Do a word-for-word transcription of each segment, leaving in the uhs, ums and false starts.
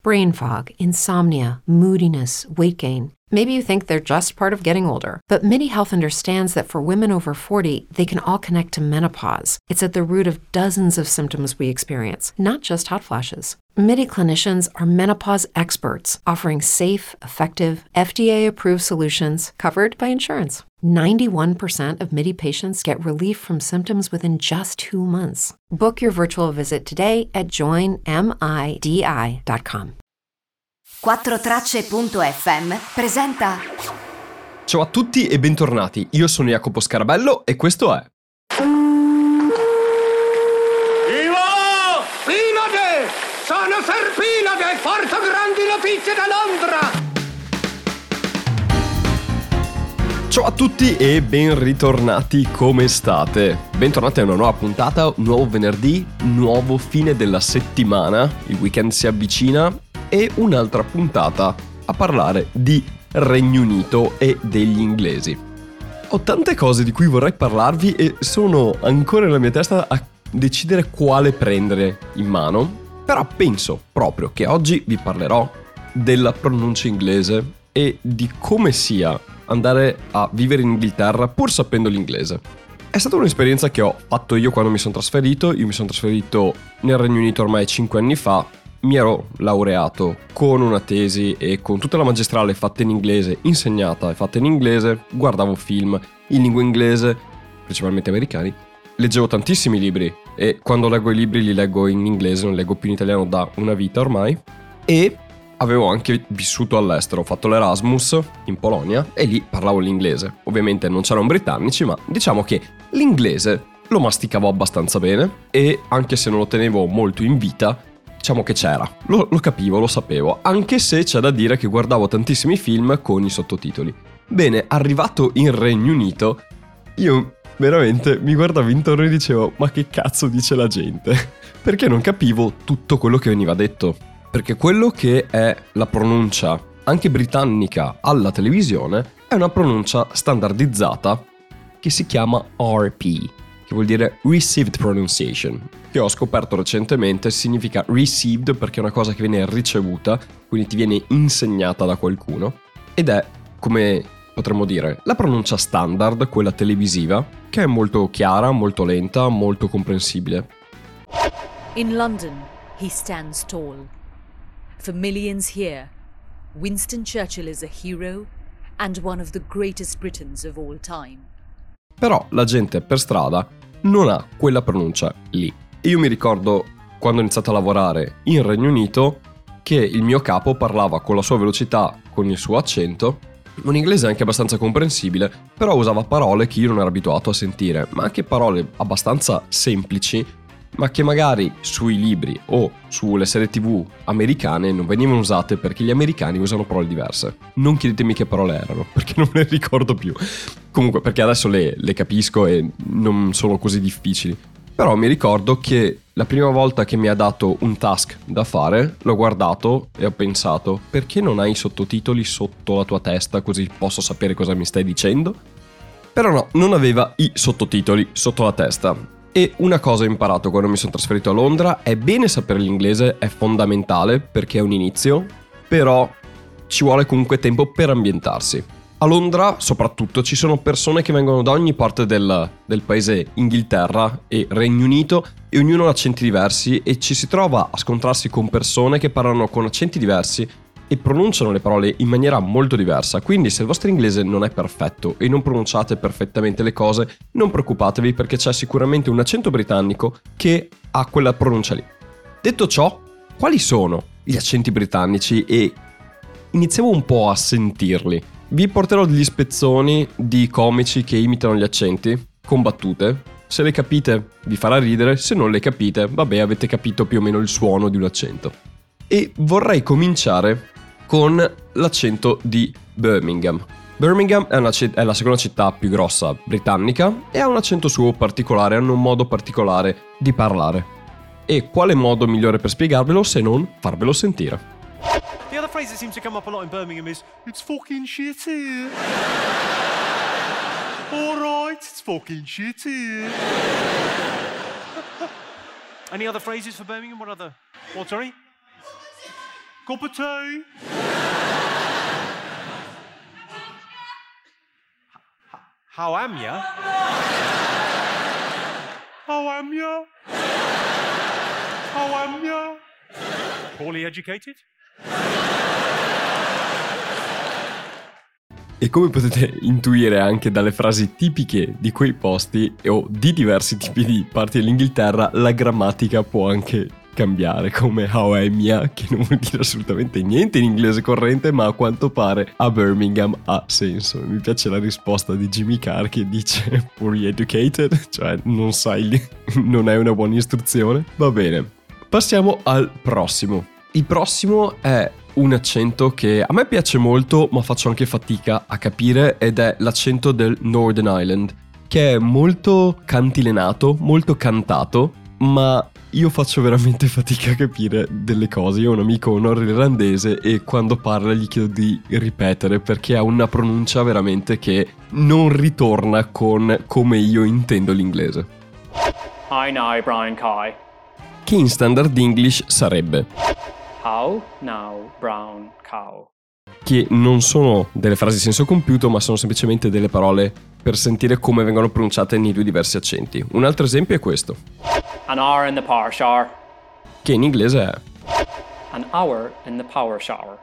Brain fog, insomnia, moodiness, weight gain. Maybe you think they're just part of getting older, but MIDI Health understands that for women over forty, they can all connect to menopause. It's at the root of dozens of symptoms we experience, not just hot flashes. MIDI clinicians are menopause experts, offering safe, effective, F D A-approved solutions covered by insurance. ninety-one percent of MIDI patients get relief from symptoms within just two months. Book your virtual visit today at join midi dot com. quattro tracce punto effe emme presenta. Ciao a tutti e bentornati, io sono Jacopo Scarabello e questo è Ivo! Pilade! Sono Ser Pilade! Porto grandi notizie da Londra! Ciao a tutti e ben ritornati, come state? Bentornati a una nuova puntata, un nuovo venerdì, nuovo fine della settimana, il weekend si avvicina e un'altra puntata a parlare di Regno Unito e degli inglesi. Ho tante cose di cui vorrei parlarvi e sono ancora nella mia testa a decidere quale prendere in mano, però penso proprio che oggi vi parlerò della pronuncia inglese e di come sia andare a vivere in Inghilterra pur sapendo l'inglese. È stata un'esperienza che ho fatto io quando mi sono trasferito, io mi sono trasferito nel Regno Unito ormai cinque anni fa, mi ero laureato con una tesi e con tutta la magistrale fatta in inglese, insegnata e fatta in inglese, guardavo film in lingua inglese, principalmente americani, leggevo tantissimi libri e quando leggo i libri li leggo in inglese, non leggo più in italiano da una vita ormai, e avevo anche vissuto all'estero, ho fatto l'Erasmus in Polonia e lì parlavo l'inglese. Ovviamente non c'erano britannici, ma diciamo che l'inglese lo masticavo abbastanza bene e anche se non lo tenevo molto in vita, diciamo che c'era, lo, lo capivo, lo sapevo, anche se c'è da dire che guardavo tantissimi film con i sottotitoli. Bene, arrivato in Regno Unito, io veramente mi guardavo intorno e dicevo ma che cazzo dice la gente? Perché non capivo tutto quello che veniva detto. Perché quello che è la pronuncia, anche britannica, alla televisione, è una pronuncia standardizzata che si chiama R P, che vuol dire Received Pronunciation, che ho scoperto recentemente significa received perché è una cosa che viene ricevuta, quindi ti viene insegnata da qualcuno, ed è, come potremmo dire, la pronuncia standard, quella televisiva, che è molto chiara, molto lenta, molto comprensibile. In London, he stands tall. For millions here, Winston Churchill is a hero and one of the greatest Britons of all time. Però la gente per strada non ha quella pronuncia lì. E io mi ricordo quando ho iniziato a lavorare in Regno Unito che il mio capo parlava con la sua velocità, con il suo accento, un inglese anche abbastanza comprensibile, però usava parole che io non ero abituato a sentire, ma anche parole abbastanza semplici, ma che magari sui libri o sulle serie tv americane non venivano usate perché gli americani usano parole diverse. Non chiedetemi che parole erano, perché non me le ricordo più. Comunque, perché adesso le, le capisco e non sono così difficili. Però mi ricordo che la prima volta che mi ha dato un task da fare, l'ho guardato e ho pensato, perché non hai i sottotitoli sotto la tua testa così posso sapere cosa mi stai dicendo? Però no, non aveva i sottotitoli sotto la testa. E una cosa ho imparato quando mi sono trasferito a Londra: è bene sapere l'inglese, è fondamentale perché è un inizio, però ci vuole comunque tempo per ambientarsi. A Londra soprattutto ci sono persone che vengono da ogni parte del, del paese Inghilterra e Regno Unito e ognuno ha accenti diversi e ci si trova a scontrarsi con persone che parlano con accenti diversi e pronunciano le parole in maniera molto diversa. Quindi se il vostro inglese non è perfetto e non pronunciate perfettamente le cose, non preoccupatevi perché c'è sicuramente un accento britannico che ha quella pronuncia lì. Detto ciò, quali sono gli accenti britannici? E iniziamo un po' a sentirli. Vi porterò degli spezzoni di comici che imitano gli accenti con battute. Se le capite vi farà ridere, se non le capite, vabbè, avete capito più o meno il suono di un accento. E vorrei cominciare con l'accento di Birmingham. Birmingham è, una, è la seconda città più grossa britannica e ha un accento suo particolare, hanno un modo particolare di parlare. E quale modo migliore per spiegarvelo se non farvelo sentire? The other phrase that seems to come up a lot in Birmingham is "It's fucking shit here." All right, it's fucking shit here. Any other phrases for Birmingham? What other? What, sorry? Cup of tea? How am ya? How am ya? How am ya? Poorly educated? E come potete intuire anche dalle frasi tipiche di quei posti o di diversi tipi di parti dell'Inghilterra, la grammatica può anche cambiare, come how am ya, che non vuol dire assolutamente niente in inglese corrente, ma a quanto pare a Birmingham ha senso. Mi piace la risposta di Jimmy Carr che dice poorly educated, cioè non sai, non è una buona istruzione. Va bene, passiamo al prossimo. Il prossimo è un accento che a me piace molto, ma faccio anche fatica a capire, ed è l'accento del Northern Ireland, che è molto cantilenato, molto cantato, ma io faccio veramente fatica a capire delle cose. Io ho un amico nord-irlandese e quando parla gli chiedo di ripetere perché ha una pronuncia veramente che non ritorna con come io intendo l'inglese. I know, Brian Kai. Che in standard English sarebbe How now, brown cow. Che non sono delle frasi di senso compiuto, ma sono semplicemente delle parole per sentire come vengono pronunciate nei due diversi accenti. Un altro esempio è questo. An hour in the power shower. Che in inglese è An hour in the power shower.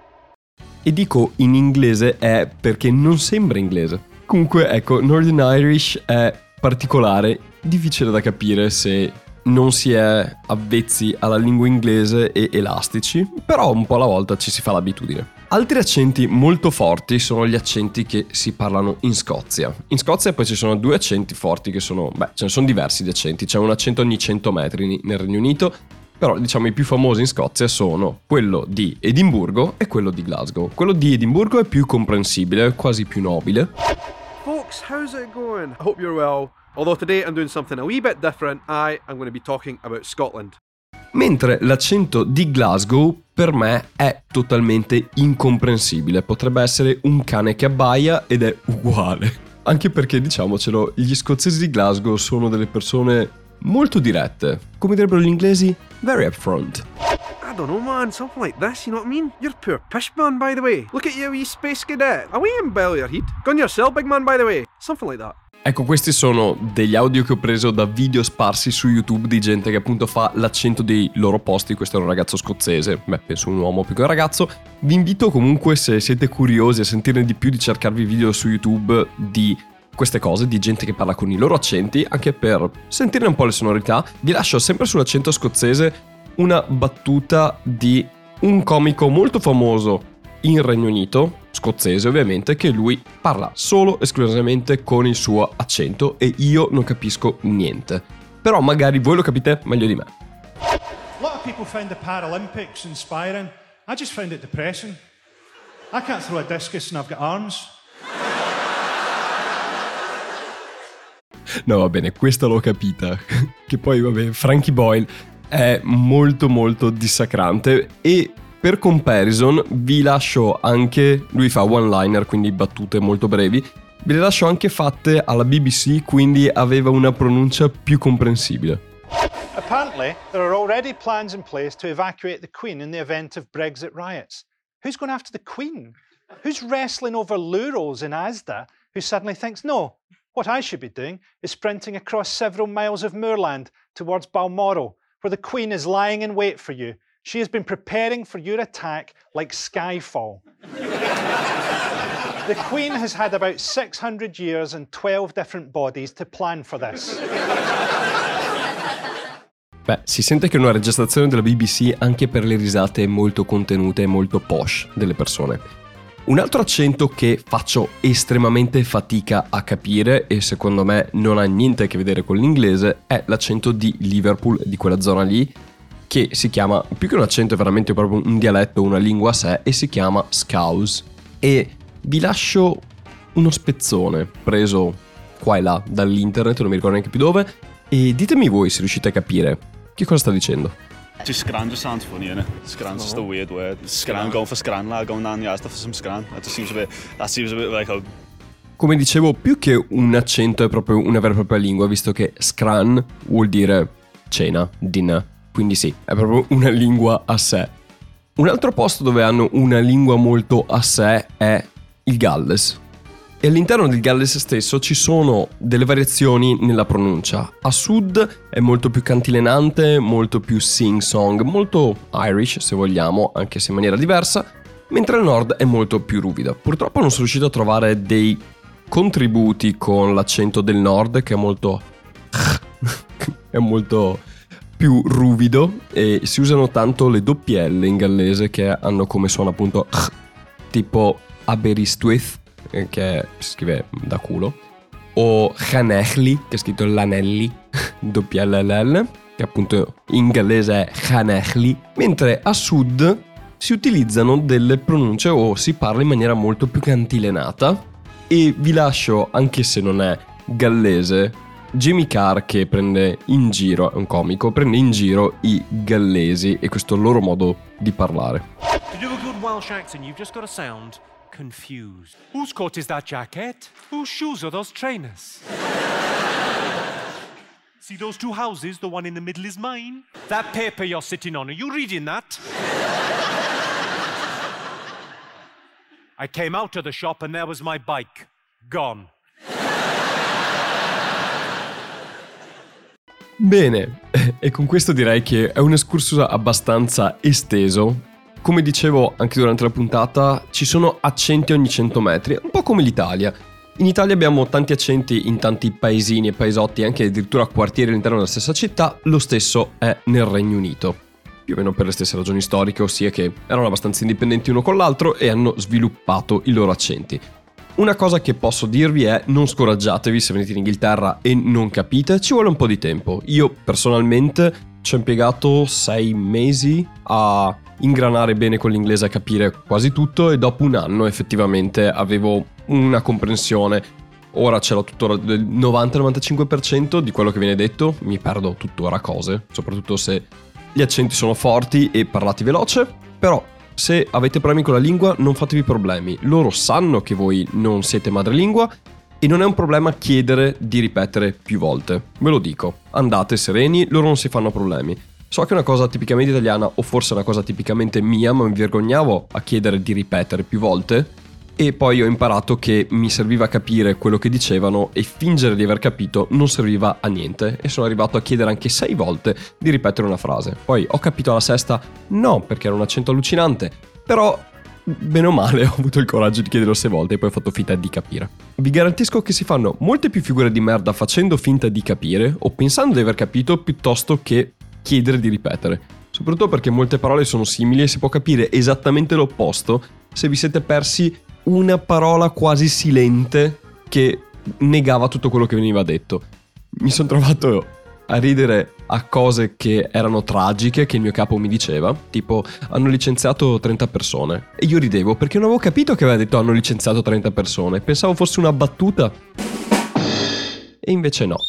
E dico in inglese è perché non sembra inglese. Comunque ecco, Northern Irish è particolare, difficile da capire se non si è avvezzi alla lingua inglese e elastici, però un po' alla volta ci si fa l'abitudine. Altri accenti molto forti sono gli accenti che si parlano in Scozia. In Scozia poi ci sono due accenti forti che sono, beh, ce ne sono diversi di accenti, c'è un accento ogni cento metri nel Regno Unito, però diciamo i più famosi in Scozia sono quello di Edimburgo e quello di Glasgow. Quello di Edimburgo è più comprensibile, quasi più nobile. Folks, how's it going? I hope you're well. Although today I'm doing something a wee bit different. I am going to be talking about Scotland. Mentre l'accento di Glasgow per me è totalmente incomprensibile. Potrebbe essere un cane che abbaia ed è uguale. Anche perché, diciamocelo, gli scozzesi di Glasgow sono delle persone molto dirette. Come direbbero gli inglesi, very upfront. I don't know, man. Something like this, you know what I mean? You're poor pish, man, by the way. Look at you, wee space cadet. Away in belly your heat. Gone yourself, big man, by the way. Something like that. Ecco, questi sono degli audio che ho preso da video sparsi su YouTube di gente che appunto fa l'accento dei loro posti. Questo è un ragazzo scozzese, beh, penso un uomo più che un ragazzo. Vi invito comunque, se siete curiosi a sentirne di più, di cercarvi video su YouTube di queste cose, di gente che parla con i loro accenti, anche per sentirne un po' le sonorità. Vi lascio sempre sull'accento scozzese una battuta di un comico molto famoso in Regno Unito, scozzese ovviamente, che lui parla solo esclusivamente con il suo accento e io non capisco niente. Però magari voi lo capite meglio di me. A lot of people find the Paralympics inspiring. I just find it depressing. I can't throw a discus and I've got arms. No, va bene, questa l'ho capita. Che poi, vabbè, Frankie Boyle è molto molto dissacrante e per comparison vi lascio anche, lui fa one-liner, quindi battute molto brevi, ve le lascio anche fatte alla B B C, quindi aveva una pronuncia più comprensibile. Apparently, there are already plans in place to evacuate the Queen in the event of Brexit riots. Who's going after the Queen? Who's wrestling over Lurels in Asda who suddenly thinks, no, what I should be doing is sprinting across several miles of moorland towards Balmoral, where the Queen is lying in wait for you. She has been preparing for your attack like Skyfall. The Queen has had about six hundred years and twelve different bodies to plan for this. Beh, si sente che è una registrazione della B B C anche per le risate molto contenute e molto posh delle persone. Un altro accento che faccio estremamente fatica a capire e secondo me non ha niente a che vedere con l'inglese è l'accento di Liverpool, di quella zona lì, che si chiama, più che un accento, è veramente proprio un dialetto, una lingua a sé, e si chiama Scouse. E vi lascio uno spezzone preso qua e là dall'internet, non mi ricordo neanche più dove, e ditemi voi se riuscite a capire che cosa sta dicendo. Just scran just sounds funny, innit? Scran's just a weird word. Scran, going for scran, lad, going down the Asda for some scran. That just seems a bit, that seems a bit like a... Come dicevo, più che un accento è proprio una vera e propria lingua, visto che scran vuol dire cena, dinner. Quindi sì, è proprio una lingua a sé. Un altro posto dove hanno una lingua molto a sé è il Galles. E all'interno del Galles stesso ci sono delle variazioni nella pronuncia. A sud è molto più cantilenante, molto più sing-song, molto Irish se vogliamo, anche se in maniera diversa, mentre al nord è molto più ruvida. Purtroppo non sono riuscito a trovare dei contributi con l'accento del nord, che è molto è molto più ruvido, e si usano tanto le doppie L in gallese che hanno come suono appunto tipo Aberystwyth, che si scrive da culo, o Llanelli, che è scritto l'anelli, doppia L L L, che appunto in gallese è Llanelli, mentre a sud si utilizzano delle pronunce o si parla in maniera molto più cantilenata. E vi lascio, anche se non è gallese, Jimmy Carr che prende in giro, è un comico, prende in giro i gallesi e questo loro modo di parlare. To do a good Welsh accent, you've just got to sound confused. Whose coat is that jacket? Whose shoes are those trainers? See those two houses? The one in the middle is mine. That paper you're sitting on, are you reading that? I came out of the shop and there was my bike. Gone. Bene, e con questo direi che è un excursus abbastanza esteso. Come dicevo anche durante la puntata, ci sono accenti ogni cento metri, un po' come l'Italia. In Italia abbiamo tanti accenti in tanti paesini e paesotti, anche addirittura quartieri all'interno della stessa città, lo stesso è nel Regno Unito. Più o meno per le stesse ragioni storiche, ossia che erano abbastanza indipendenti uno con l'altro e hanno sviluppato i loro accenti. Una cosa che posso dirvi è: non scoraggiatevi se venite in Inghilterra e non capite, ci vuole un po' di tempo. Io personalmente ci ho impiegato sei mesi a ingranare bene con l'inglese, a capire quasi tutto, e dopo un anno effettivamente avevo una comprensione. Ora ce l'ho tuttora del novanta novantacinque per cento di quello che viene detto, mi perdo tuttora cose, soprattutto se gli accenti sono forti e parlati veloce, però se avete problemi con la lingua non fatevi problemi, loro sanno che voi non siete madrelingua e non è un problema chiedere di ripetere più volte, ve lo dico, andate sereni, loro non si fanno problemi. So che è una cosa tipicamente italiana, o forse una cosa tipicamente mia, ma mi vergognavo a chiedere di ripetere più volte, e poi ho imparato che mi serviva capire quello che dicevano e fingere di aver capito non serviva a niente, e sono arrivato a chiedere anche sei volte di ripetere una frase. Poi ho capito alla sesta no, perché era un accento allucinante, però bene o male ho avuto il coraggio di chiederlo sei volte e poi ho fatto finta di capire. Vi garantisco che si fanno molte più figure di merda facendo finta di capire o pensando di aver capito piuttosto che chiedere di ripetere, soprattutto perché molte parole sono simili e si può capire esattamente l'opposto se vi siete persi una parola quasi silente che negava tutto quello che veniva detto. Mi sono trovato a ridere a cose che erano tragiche che il mio capo mi diceva, tipo hanno licenziato trenta persone, e io ridevo perché non avevo capito che aveva detto hanno licenziato trenta persone, pensavo fosse una battuta e invece no.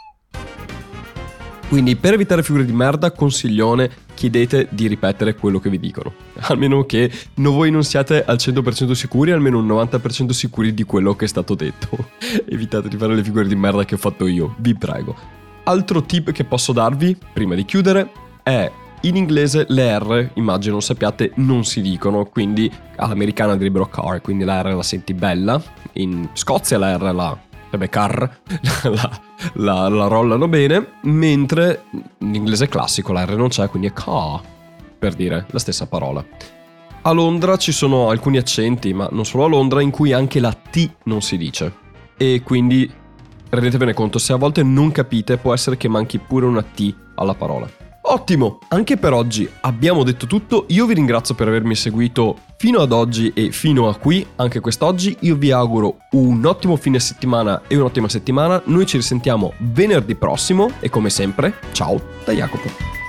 Quindi per evitare figure di merda, consiglione, chiedete di ripetere quello che vi dicono. Almeno che no, voi non siate al cento per cento sicuri, almeno un novanta per cento sicuri di quello che è stato detto. Evitate di fare le figure di merda che ho fatto io, vi prego. Altro tip che posso darvi, prima di chiudere, è in inglese le R, immagino lo sappiate, non si dicono, quindi all'americana direbbero car, quindi la R la senti bella. In Scozia la R la... sarebbe car, la, la, la rollano bene, mentre in inglese classico la R non c'è, quindi è car, per dire la stessa parola. A Londra ci sono alcuni accenti, ma non solo a Londra, in cui anche la T non si dice, e quindi rendetevene conto, se a volte non capite può essere che manchi pure una T alla parola. Ottimo, anche per oggi abbiamo detto tutto, io vi ringrazio per avermi seguito fino ad oggi e fino a qui, anche quest'oggi. Io vi auguro un ottimo fine settimana e un'ottima settimana, noi ci risentiamo venerdì prossimo e come sempre, ciao da Jacopo.